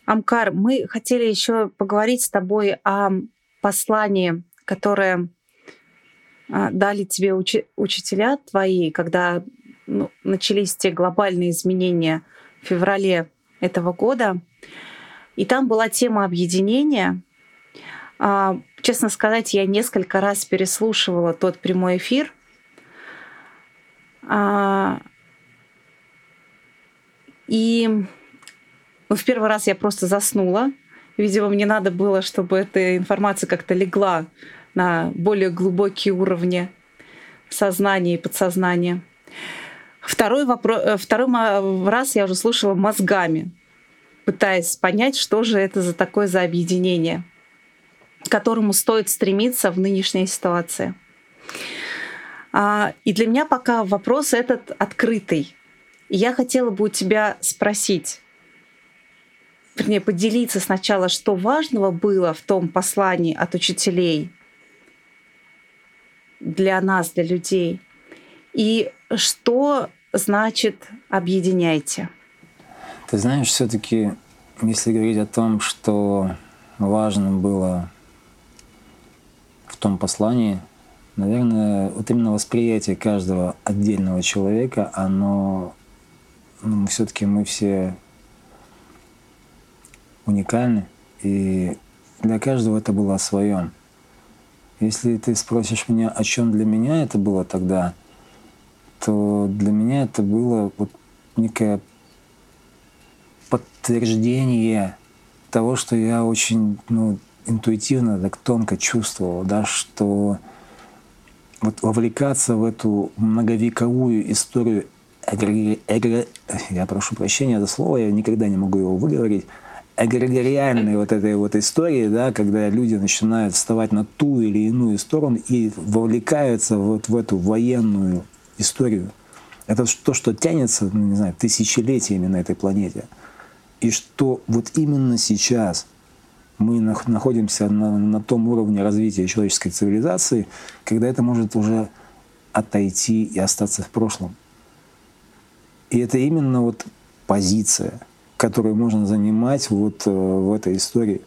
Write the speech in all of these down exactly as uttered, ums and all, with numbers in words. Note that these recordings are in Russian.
Амкар, мы хотели еще поговорить с тобой о послании, которое а, дали тебе учи- учителя твои, когда ну, начались те глобальные изменения в феврале этого года. И там была тема объединения. А, честно сказать, я несколько раз переслушивала тот прямой эфир. А, и ну, в первый раз я просто заснула. Видимо, мне надо было, чтобы эта информация как-то легла на более глубокие уровни сознания и подсознания. Второй, вопрос, второй раз я уже слушала мозгами, пытаясь понять, что же это за такое за объединение, к которому стоит стремиться в нынешней ситуации. И для меня пока вопрос этот открытый. И я хотела бы у тебя спросить, вернее, поделиться сначала, что важного было в том послании от учителей для нас, для людей, и что значит «объединяйте». Ты знаешь, все-таки, если говорить о том, что важно было в том послании, наверное, вот именно восприятие каждого отдельного человека, оно, ну, все-таки мы все уникальны, и для каждого это было о своем. Если ты спросишь меня, о чем для меня это было тогда, то для меня это было вот некое подтверждение того, что я очень ну, интуитивно, так тонко чувствовал, да, что вот вовлекаться в эту многовековую историю, эгрегори... эгр... я прошу прощения за слово, я никогда не могу его выговорить, эгрегориальной вот этой вот истории, да, когда люди начинают вставать на ту или иную сторону и вовлекаются вот в эту военную историю. Это то, что тянется, ну, не знаю, тысячелетиями на этой планете. И что вот именно сейчас мы находимся на, на том уровне развития человеческой цивилизации, когда это может уже отойти и остаться в прошлом. И это именно вот позиция, которую можно занимать вот э, в этой истории,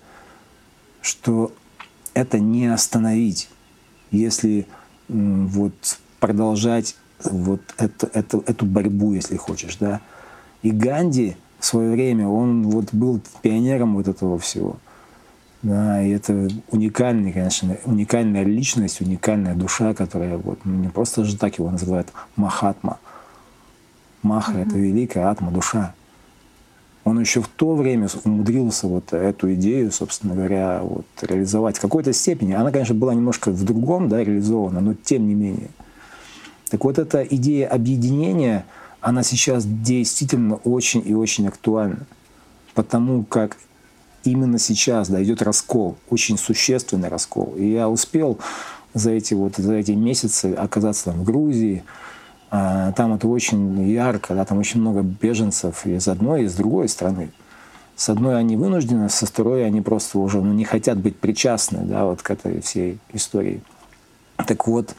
что это не остановить, если э, вот продолжать вот это, это, эту борьбу, если хочешь, да. И Ганди в свое время, он вот был пионером вот этого всего. Да, и это уникальный, конечно, уникальная личность, уникальная душа, которая вот, ну, не просто же так его называют Махатма. Маха mm-hmm. — это великая атма, душа. Он еще в то время умудрился вот эту идею, собственно говоря, вот, реализовать в какой-то степени. Она, конечно, была немножко в другом, да, реализована, но тем не менее. Так вот, эта идея объединения, она сейчас действительно очень и очень актуальна. Потому как именно сейчас, да, идет раскол, очень существенный раскол. И я успел за эти, вот, за эти месяцы оказаться там в Грузии. Там это очень ярко, да, там очень много беженцев из одной и из другой страны. С одной они вынуждены, со второй они просто уже ну, не хотят быть причастны, да, вот к этой всей истории. Так вот,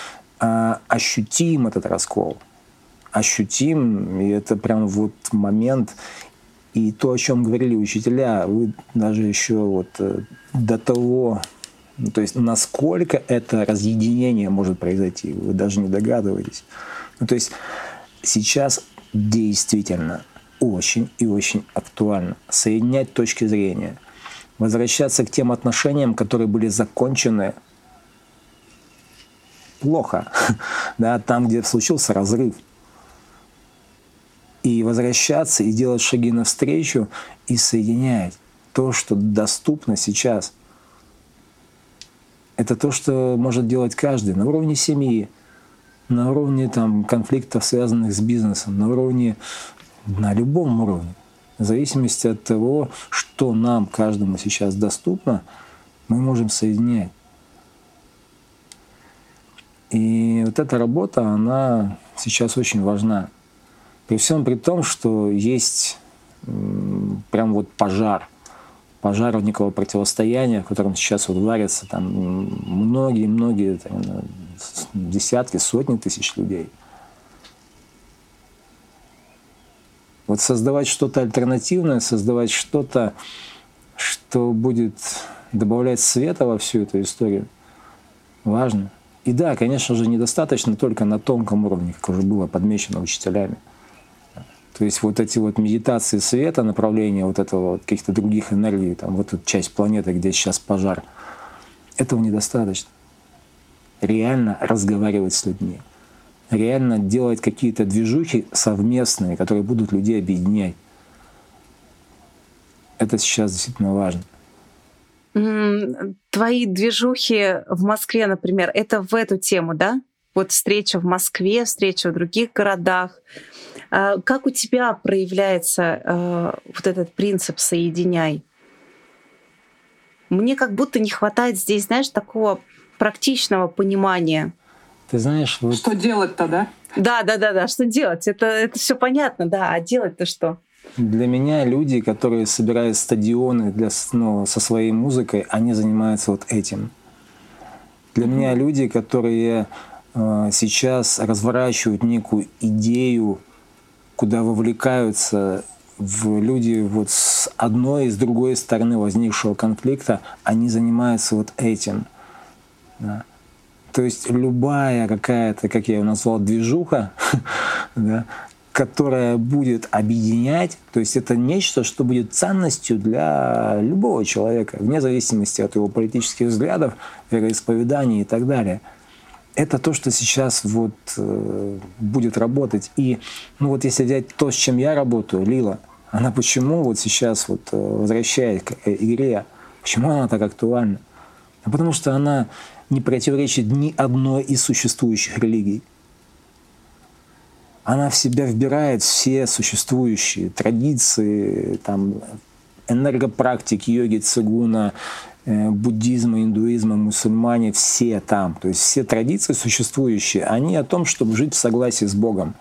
ощутим этот раскол, ощутим, и это прям вот момент. И то, о чем говорили учителя, вы даже еще вот до того, то есть насколько это разъединение может произойти, вы даже не догадываетесь. Ну, то есть сейчас действительно очень и очень актуально соединять точки зрения, возвращаться к тем отношениям, которые были закончены плохо, да, там, где случился разрыв. И возвращаться, и делать шаги навстречу, и соединять то, что доступно сейчас. Это то, что может делать каждый на уровне семьи, на уровне там, конфликтов, связанных с бизнесом, на уровне, на любом уровне. В зависимости от того, что нам, каждому сейчас доступно, мы можем соединять. И вот эта работа, она сейчас очень важна. При всем при том, что есть прям вот пожар, пожар некого противостояния, в котором сейчас вот варятся там многие-многие, десятки, сотни тысяч людей. Вот создавать что-то альтернативное, создавать что-то, что будет добавлять света во всю эту историю, важно. И да, конечно же, недостаточно только на тонком уровне, как уже было подмечено учителями. То есть вот эти вот медитации света, направления вот этого вот каких-то других энергий, там вот эта часть планеты, где сейчас пожар, этого недостаточно. Реально разговаривать с людьми, реально делать какие-то движухи совместные, которые будут людей объединять. Это сейчас действительно важно. Твои движухи в Москве, например, это в эту тему, да? Вот встреча в Москве, встреча в других городах. Как у тебя проявляется вот этот принцип «соединяй»? Мне как будто не хватает здесь, знаешь, такого практичного понимания. Ты знаешь, вот... Что делать-то, да? Да, да, да, да. Что делать? Это, это все понятно, да. А делать-то что? Для меня люди, которые собирают стадионы для, ну, со своей музыкой, они занимаются вот этим. Для mm-hmm. меня люди, которые э, сейчас разворачивают некую идею, куда вовлекаются в люди вот с одной и с другой стороны возникшего конфликта, они занимаются вот этим. Да. То есть любая какая-то, как я ее назвал, движуха, да, которая будет объединять, то есть это нечто, что будет ценностью для любого человека, вне зависимости от его политических взглядов, вероисповеданий и так далее. Это то, что сейчас вот, э, будет работать. И ну вот если взять то, с чем я работаю, Лила, она почему вот сейчас вот, э, возвращает к игре, почему она так актуальна? А потому что она не противоречит ни одной из существующих религий. Она в себя вбирает все существующие традиции, там, энергопрактики, йоги, цигуна, э, буддизма, индуизма, мусульмане, все там. То есть все традиции существующие, они о том, чтобы жить в согласии с Богом.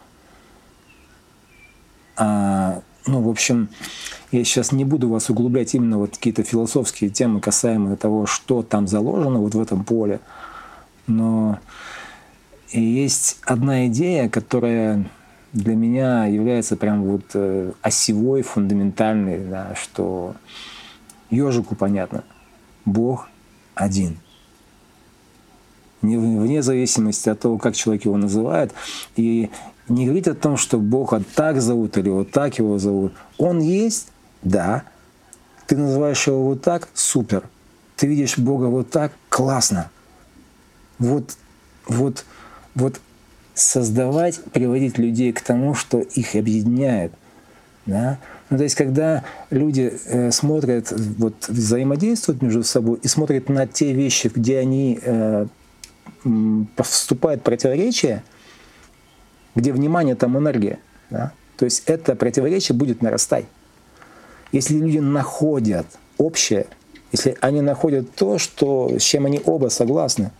А, ну, в общем, я сейчас не буду вас углублять именно вот какие-то философские темы, касаемые того, что там заложено вот в этом поле. Но и есть одна идея, которая для меня является прям вот э, осевой, фундаментальной, да, что ежику понятно, Бог один. Не, вне зависимости от того, как человек его называет. И не говорить о том, что Бога так зовут или вот так его зовут. Он есть, да. Ты называешь его вот так, супер. Ты видишь Бога вот так, классно. Вот, вот, вот создавать, приводить людей к тому, что их объединяет. Да? Ну, то есть, когда люди э, смотрят, вот, взаимодействуют между собой и смотрят на те вещи, где они э, вступают в противоречие, где внимание, там энергия, да? То есть это противоречие будет нарастать. Если люди находят общее, если они находят то, что, с чем они оба согласны,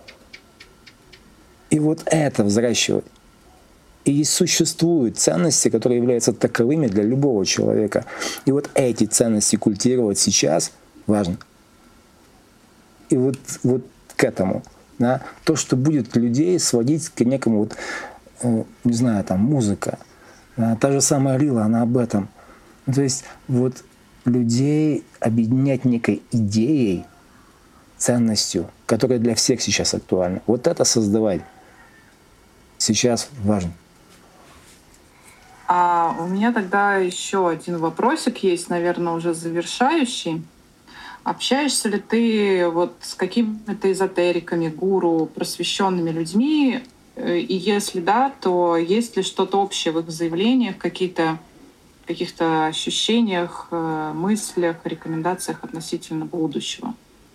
и вот это взращивать. И существуют ценности, которые являются таковыми для любого человека. И вот эти ценности культивировать сейчас важно. И вот, вот к этому. Да, то, что будет людей сводить к некому, вот, э, не знаю, там, музыка. Да, та же самая Лила, она об этом. То есть вот людей объединять некой идеей, ценностью, которая для всех сейчас актуальна. Вот это создавать сейчас важно. А у меня тогда еще один вопросик есть, наверное, уже завершающий. Общаешься ли ты вот с какими-то эзотериками, гуру, просвещенными людьми? И если да, то есть ли что-то общее в их заявлениях, какие-то, каких-то ощущениях, мыслях, рекомендациях относительно будущего?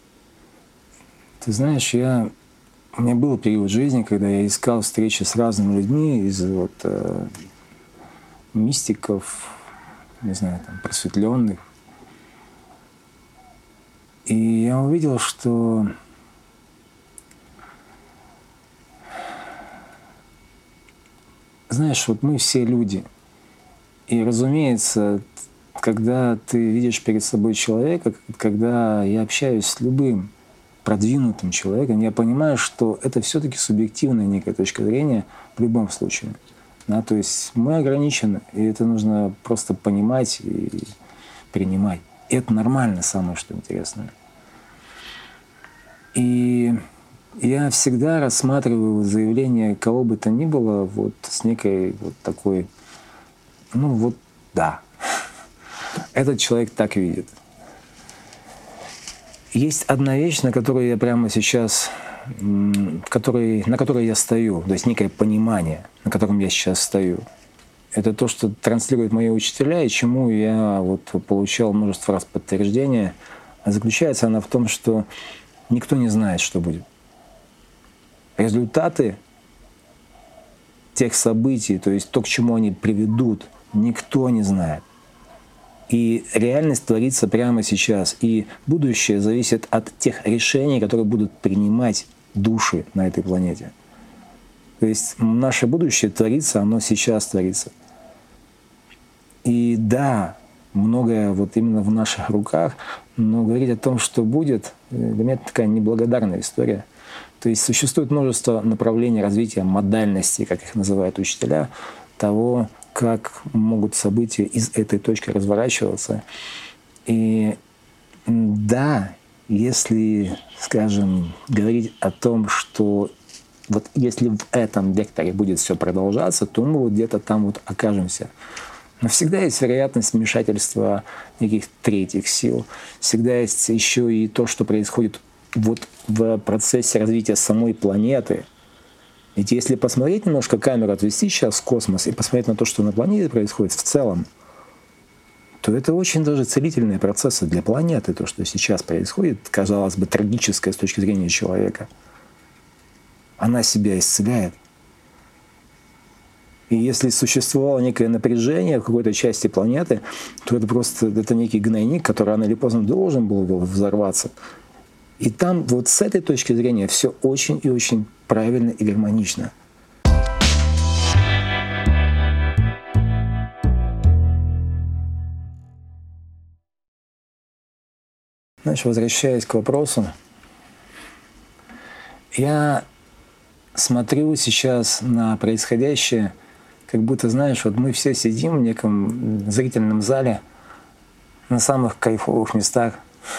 Ты знаешь, я... у меня был период жизни, когда я искал встречи с разными людьми из вот, э, мистиков, не знаю, там, просветленных. И я увидел, что знаешь, вот мы все люди. И, разумеется, когда ты видишь перед собой человека, когда я общаюсь с любым продвинутым человеком, я понимаю, что это все-таки субъективная некая точка зрения в любом случае. Да, то есть мы ограничены, и это нужно просто понимать и принимать. И это нормально, самое что интересное. И я всегда рассматриваю заявление кого бы то ни было вот с некой вот такой, ну вот да, этот человек так видит. Есть одна вещь, на которую я прямо сейчас, который, на которой я стою, то есть некое понимание, на котором я сейчас стою. Это то, что транслируют мои учителя, и чему я вот получал множество раз подтверждения. А заключается она в том, что никто не знает, что будет. Результаты тех событий, то есть то, к чему они приведут, никто не знает. И реальность творится прямо сейчас. И будущее зависит от тех решений, которые будут принимать души на этой планете. То есть наше будущее творится, оно сейчас творится. И да, многое вот именно в наших руках, но говорить о том, что будет, для меня это такая неблагодарная история. То есть существует множество направлений развития модальности, как их называют учителя, того, как могут события из этой точки разворачиваться. И да, если, скажем, говорить о том, что вот если в этом векторе будет все продолжаться, то мы вот где-то там вот окажемся. Но всегда есть вероятность вмешательства неких третьих сил. Всегда есть еще и то, что происходит вот в процессе развития самой планеты. Ведь если посмотреть немножко камеру, отвести сейчас в космос и посмотреть на то, что на планете происходит в целом, то это очень даже целительные процессы для планеты, то, что сейчас происходит, казалось бы, трагическое с точки зрения человека. Она себя исцеляет. И если существовало некое напряжение в какой-то части планеты, то это просто это некий гнойник, который рано или поздно должен был взорваться. И там вот с этой точки зрения все очень и очень правильно и гармонично. Знаешь, возвращаясь к вопросу, я смотрю сейчас на происходящее, как будто, знаешь, вот мы все сидим в неком зрительном зале на самых кайфовых местах,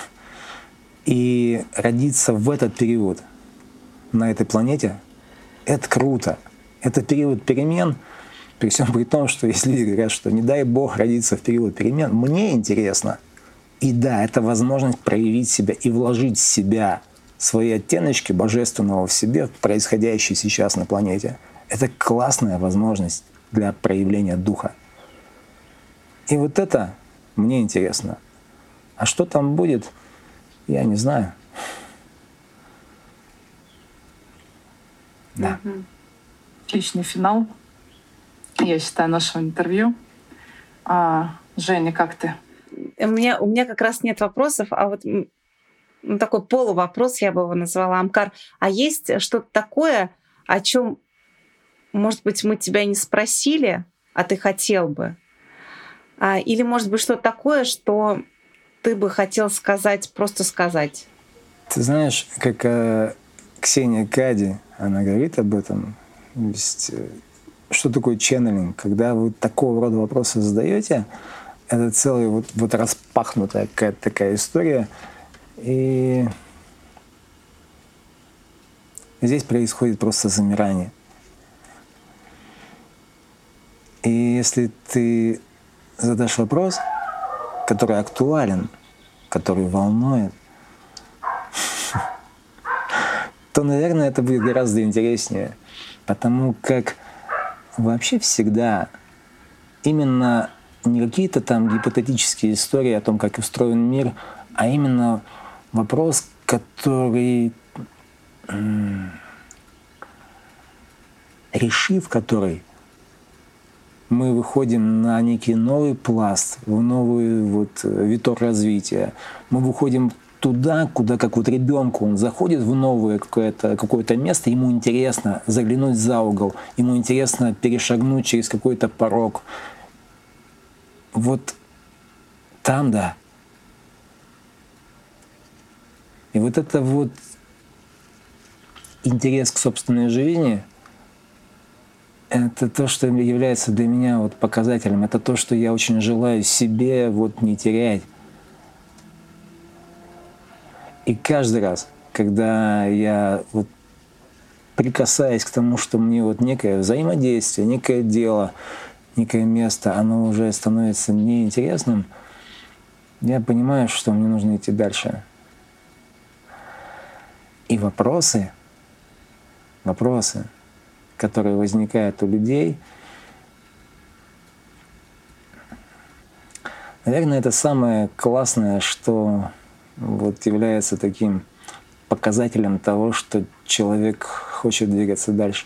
и родиться в этот период на этой планете — это круто. Это период перемен, при всем при том, что если люди говорят, что не дай Бог родиться в период перемен, мне интересно. И да, это возможность проявить себя и вложить в себя свои оттеночки божественного в себе в происходящее сейчас на планете. Это классная возможность для проявления духа. И вот это мне интересно. А что там будет, я не знаю. Да. Отличный финал, я считаю, нашего интервью. А, Женя, как ты? У меня, у меня как раз нет вопросов, а вот ну, такой полувопрос, я бы его назвала, Амкар. А есть что-то такое, о чем, может быть, мы тебя не спросили, а ты хотел бы? А, или, может быть, что-то такое, что ты бы хотел сказать, просто сказать? Ты знаешь, как э, Ксения Кади, она говорит об этом. Есть, э, что такое ченнелинг? Когда вы такого рода вопросы задаете, это целая вот, вот распахнутая какая-то такая история. И здесь происходит просто замирание. И если ты задашь вопрос, который актуален, который волнует, то, наверное, это будет гораздо интереснее. Потому как вообще всегда именно не какие-то там гипотетические истории о том, как устроен мир, а именно вопрос, который, решив который, мы выходим на некий новый пласт, в новый вот виток развития. Мы выходим туда, куда, как вот ребенку, он заходит в новое какое-то, какое-то место, ему интересно заглянуть за угол, ему интересно перешагнуть через какой-то порог. Вот там, да. И вот это вот интерес к собственной жизни — это то, что является для меня вот показателем. Это то, что я очень желаю себе вот не терять. И каждый раз, когда я вот прикасаюсь к тому, что мне вот некое взаимодействие, некое дело, некое место, оно уже становится неинтересным, я понимаю, что мне нужно идти дальше. И вопросы, вопросы, которые возникают у людей, наверное, это самое классное, что вот является таким показателем того, что человек хочет двигаться дальше.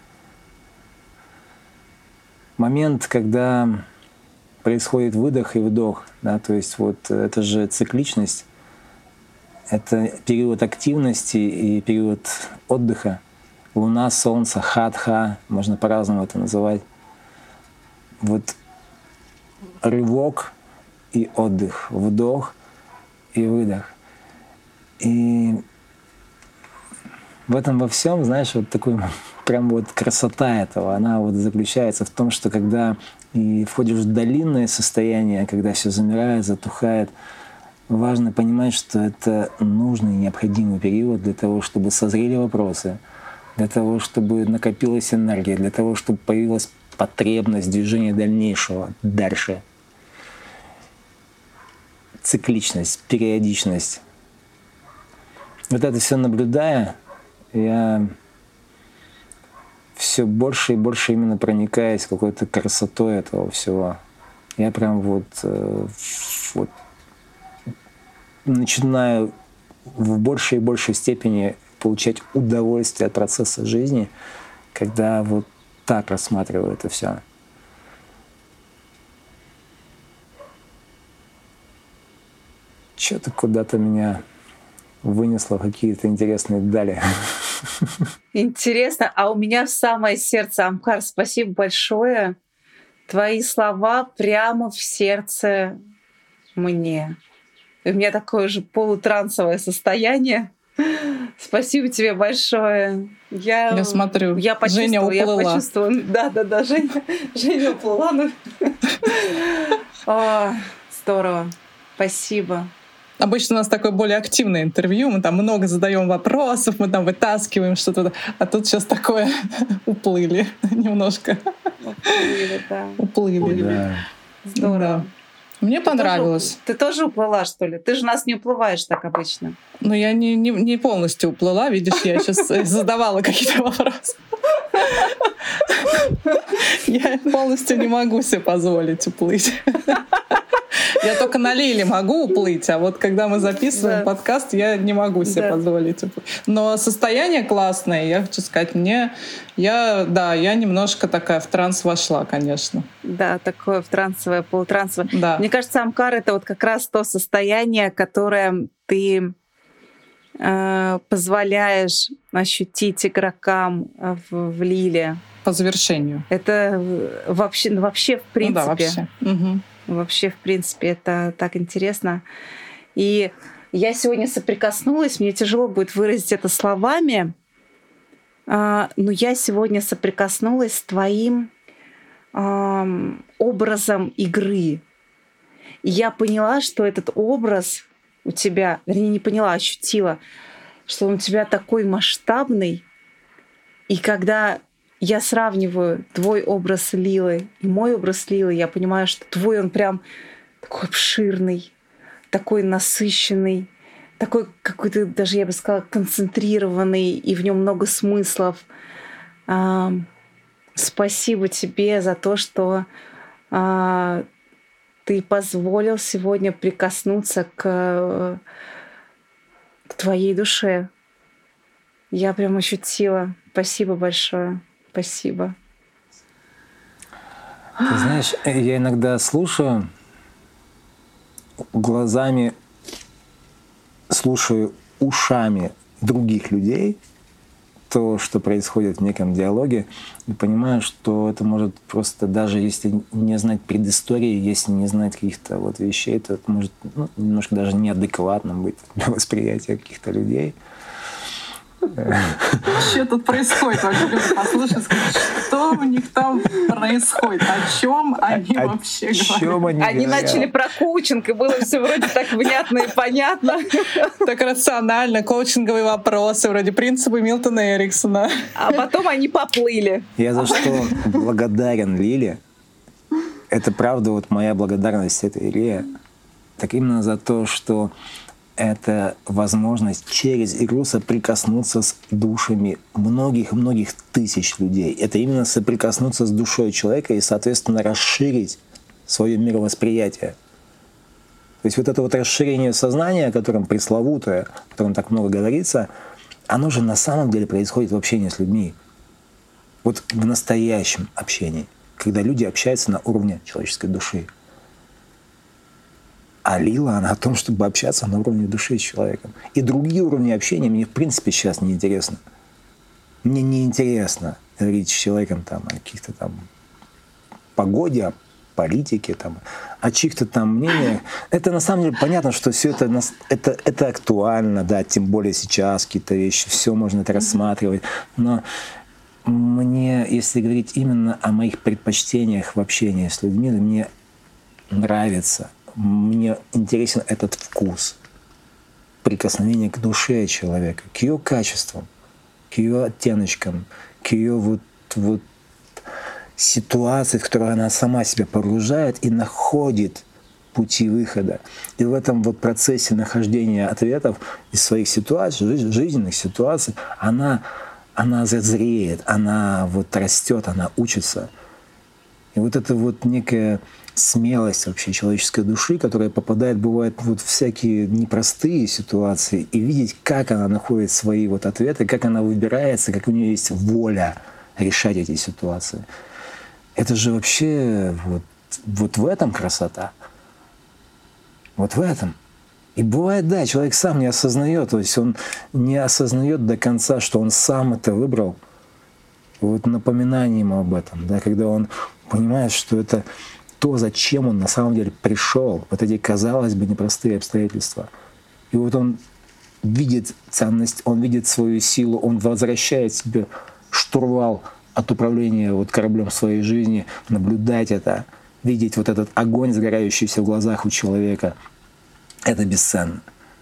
Момент, когда происходит выдох и вдох, да, то есть вот это же цикличность, это период активности и период отдыха. Луна, солнце, хатха, можно по-разному это называть. Вот рывок и отдых, вдох и выдох. И в этом во всем, знаешь, вот такой прям вот красота этого, она вот заключается в том, что когда и входишь в долинное состояние, когда все замирает, затухает, важно понимать, что это нужный и необходимый период для того, чтобы созрели вопросы, для того, чтобы накопилась энергия, для того, чтобы появилась потребность движения дальнейшего, дальше. Цикличность, периодичность. Вот это все наблюдая, я все больше и больше именно проникаюсь какой-то красотой этого всего. Я прям вот, вот начинаю в большей и большей степени получать удовольствие от процесса жизни, когда вот так рассматриваю это все. Что-то куда-то меня вынесло в какие-то интересные дали. Интересно. А у меня в самое сердце, Амкар, спасибо большое. Твои слова прямо в сердце мне. У меня такое же полутрансовое состояние. Спасибо тебе большое. Я, я смотрю, я Женя уплыла. Я почувствовала. Да, да, да, Женя, Женя уплыла. Ну. О, здорово. Спасибо. Обычно у нас такое более активное интервью, мы там много задаем вопросов, мы там вытаскиваем что-то, а тут сейчас такое уплыли немножко. Уплыли, да. Уплыли. Да. Здорово. Да. Мне ты понравилось. Тоже, ты тоже уплыла, что ли? Ты же у нас не уплываешь так обычно. Ну, я не, не, не полностью уплыла, видишь, я сейчас задавала какие-то вопросы. Я полностью не могу себе позволить уплыть. Я только на Лиле могу уплыть, а вот когда мы записываем да. подкаст, я не могу себе да. позволить уплыть. Но состояние классное, я хочу сказать, мне, я, да, я немножко такая в транс вошла, конечно. Да, такое в трансовое, полутрансовое. Да. Мне кажется, Амкар — это вот как раз то состояние, которое ты э, позволяешь ощутить игрокам в, в Лиле. По завершению. Это вообще, вообще в принципе. Ну да, вообще. Угу. Вообще, в принципе, это так интересно. И я сегодня соприкоснулась, мне тяжело будет выразить это словами, но я сегодня соприкоснулась с твоим образом игры. И я поняла, что этот образ у тебя, вернее, не поняла, ощутила, что он у тебя такой масштабный. И когда я сравниваю твой образ Лилы и мой образ Лилы, я понимаю, что твой он прям такой обширный, такой насыщенный, такой какой-то, даже я бы сказала, концентрированный, и в нем много смыслов. А, спасибо тебе за то, что а, ты позволил сегодня прикоснуться к, к твоей душе. Я прям ощутила. Спасибо большое. Спасибо. Ты знаешь, я иногда слушаю, глазами слушаю ушами других людей то, что происходит в неком диалоге, и понимаю, что это может просто, даже если не знать предыстории, если не знать каких-то вот вещей, то это может ну, немножко даже неадекватным быть для восприятия каких-то людей. Что тут происходит? Вообще люди послушают, скажут, что у них там происходит, о чем они О вообще чем говорят. они Они говорят? начали про коучинг, и было все вроде так внятно и понятно. Так рационально, коучинговые вопросы, вроде принципы Милтона Эриксона. А потом они поплыли. Я за что благодарен Лиле. Это правда вот моя благодарность этой Илье. Так именно за то, что это возможность через игру соприкоснуться с душами многих-многих тысяч людей. Это именно соприкоснуться с душой человека и, соответственно, расширить свое мировосприятие. То есть вот это вот расширение сознания, о котором пресловутое, о котором так много говорится, оно же на самом деле происходит в общении с людьми. Вот в настоящем общении, когда люди общаются на уровне человеческой души. А Лила, она о том, чтобы общаться на уровне души с человеком. И другие уровни общения мне, в принципе, сейчас не интересно. Мне не интересно говорить с человеком там, о каких-то там погоде, о политике, там, о чьих-то там мнениях. Это на самом деле понятно, что все это, это, это актуально, да, тем более сейчас какие-то вещи, все можно это рассматривать. Но мне, если говорить именно о моих предпочтениях в общении с людьми, мне нравится, мне интересен этот вкус прикосновения к душе человека, к ее качествам, к ее оттеночкам, к ее вот, вот ситуации, в которой она сама себя погружает и находит пути выхода. И в этом вот процессе нахождения ответов из своих ситуаций, жизненных ситуаций, она, она зазреет, она вот растет, она учится. И вот это вот некая смелость вообще человеческой души, которая попадает, бывает, вот в всякие непростые ситуации, и видеть, как она находит свои вот ответы, как она выбирается, как у нее есть воля решать эти ситуации. Это же вообще вот, вот в этом красота. Вот в этом. И бывает, да, человек сам не осознает, то есть он не осознает до конца, что он сам это выбрал. Вот напоминание ему об этом, да, когда он понимает, что это то, зачем он на самом деле пришел, вот эти, казалось бы, непростые обстоятельства. И вот он видит ценность, он видит свою силу, он возвращает себе штурвал от управления вот кораблем своей жизни, наблюдать это, видеть вот этот огонь, сгорающийся в глазах у человека, это бесценно.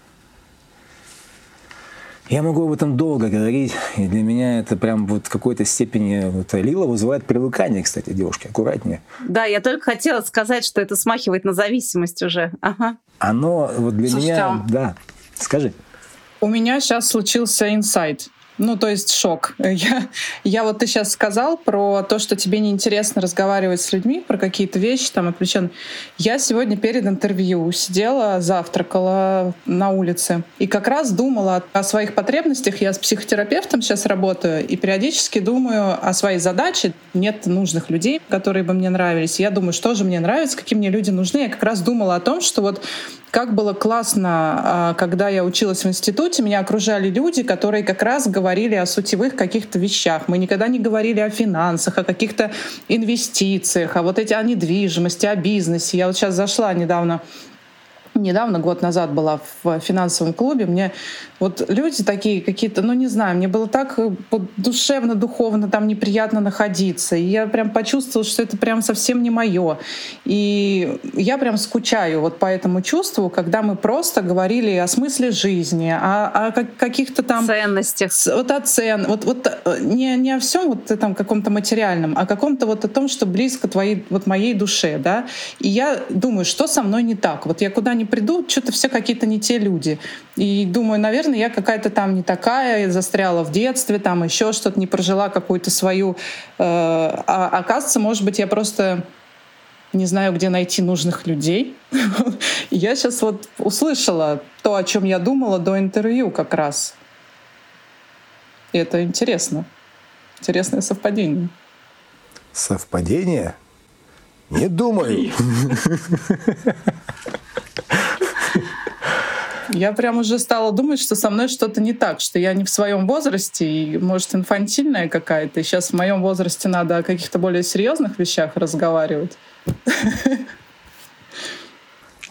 Я могу об этом долго говорить, и для меня это прям вот в какой-то степени... Вот Лила вызывает привыкание, кстати, девушки, аккуратнее. Да, я только хотела сказать, что это смахивает на зависимость уже. Ага. Оно вот для Слушайте, меня... а... Да, скажи. У меня сейчас случился инсайт. Ну, то есть шок. Я, я вот ты сейчас сказал про то, что тебе неинтересно разговаривать с людьми, про какие-то вещи там отвлечённые. Я сегодня перед интервью сидела, завтракала на улице и как раз думала о своих потребностях. Я с психотерапевтом сейчас работаю и периодически думаю о своей задаче. Нет нужных людей, которые бы мне нравились. Я думаю, что же мне нравится, какие мне люди нужны. Я как раз думала о том, что вот как было классно, когда я училась в институте, меня окружали люди, которые как раз говорили о сутевых каких-то вещах. Мы никогда не говорили о финансах, о каких-то инвестициях, о вот эти, о недвижимости, о бизнесе. Я вот сейчас зашла недавно, недавно, год назад была в финансовом клубе. Мне вот люди такие какие-то, ну не знаю, мне было так душевно, духовно там неприятно находиться. И я прям почувствовала, что это прям совсем не мое. И я прям скучаю вот по этому чувству, когда мы просто говорили о смысле жизни, о, о каких-то там... ценностях. Вот о цен, вот, вот не, не о всем вот этом каком-то материальном, а о каком-то вот о том, что близко твоей, вот моей душе, да. И я думаю, что со мной не так? Вот я куда ни приду, что-то все какие-то не те люди. И думаю, наверное, я какая-то там не такая, застряла в детстве, там еще что-то, не прожила какую-то свою... Э, а оказывается, может быть, я просто не знаю, где найти нужных людей. Я сейчас вот услышала то, о чем я думала до интервью как раз. И это интересно. Интересное совпадение. Совпадение? Не думаю. Я прям уже стала думать, что со мной что-то не так, что я не в своем возрасте, и, может, инфантильная какая-то. И сейчас в моем возрасте надо о каких-то более серьезных вещах разговаривать.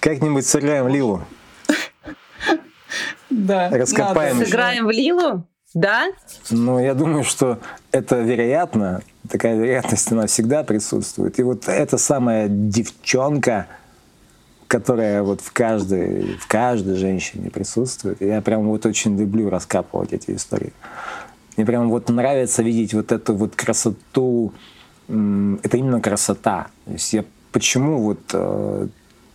Как-нибудь сыграем Лилу. Да. Раскопаем. Сыграем в Лилу? Да? Ну, я думаю, что это вероятно, такая вероятность, она всегда присутствует. И вот эта самая девчонка, которая вот в каждой, в каждой женщине присутствует, я прям вот очень люблю раскапывать эти истории. Мне прям вот нравится видеть вот эту вот красоту, это именно красота. То есть я почему вот,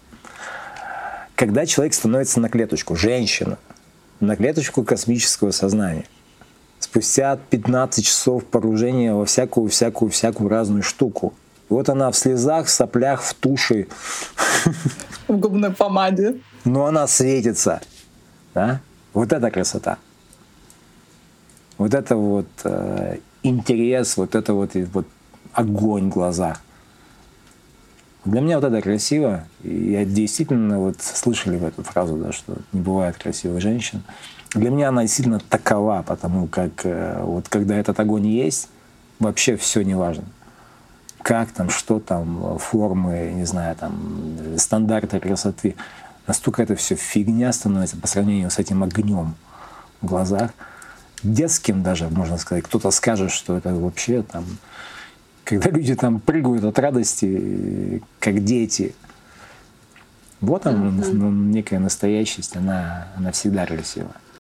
когда человек становится на клеточку, женщина, на клеточку космического сознания, спустя пятнадцать часов погружения во всякую-всякую-всякую разную штуку, вот она в слезах, в соплях, в туши. В губной помаде. Но она светится. Да? Вот это красота. Вот это вот э, интерес, вот это вот, и, вот огонь в глазах. Для меня вот это красиво. И я действительно, вот слышали в эту фразу, да, что не бывает красивых женщин. Для меня она действительно такова, потому как э, вот когда этот огонь есть, вообще все не важно. Как там, что там, формы, не знаю, там, стандарты красоты. Настолько это все фигня становится по сравнению с этим огнем в глазах. Детским даже, можно сказать. Кто-то скажет, что это вообще там, когда люди там прыгают от радости, как дети. Вот она, mm-hmm. ну, некая настоящесть, она, она всегда красива.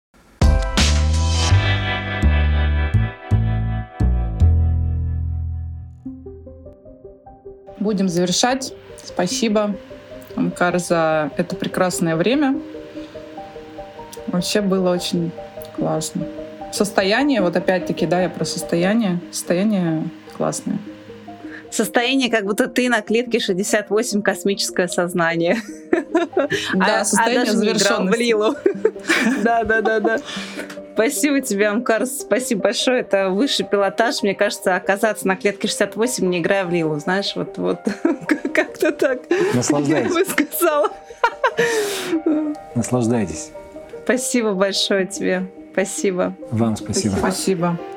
Будем завершать. Спасибо, Амкар, за это прекрасное время. Вообще было очень классно. Состояние, вот опять-таки, да, я про состояние. Состояние классное. Состояние, как будто ты на клетке шестьдесят восемь космическое сознание. Да, состояние завершенности. Да, да, да, да. Спасибо тебе, Амкар, спасибо большое. Это высший пилотаж. Мне кажется, оказаться на клетке шестьдесят восемь, не играя в Лилу. Знаешь, вот, вот как-то так. Наслаждайтесь. Я бы сказала. Наслаждайтесь. Спасибо большое тебе. Спасибо. Вам спасибо. Спасибо.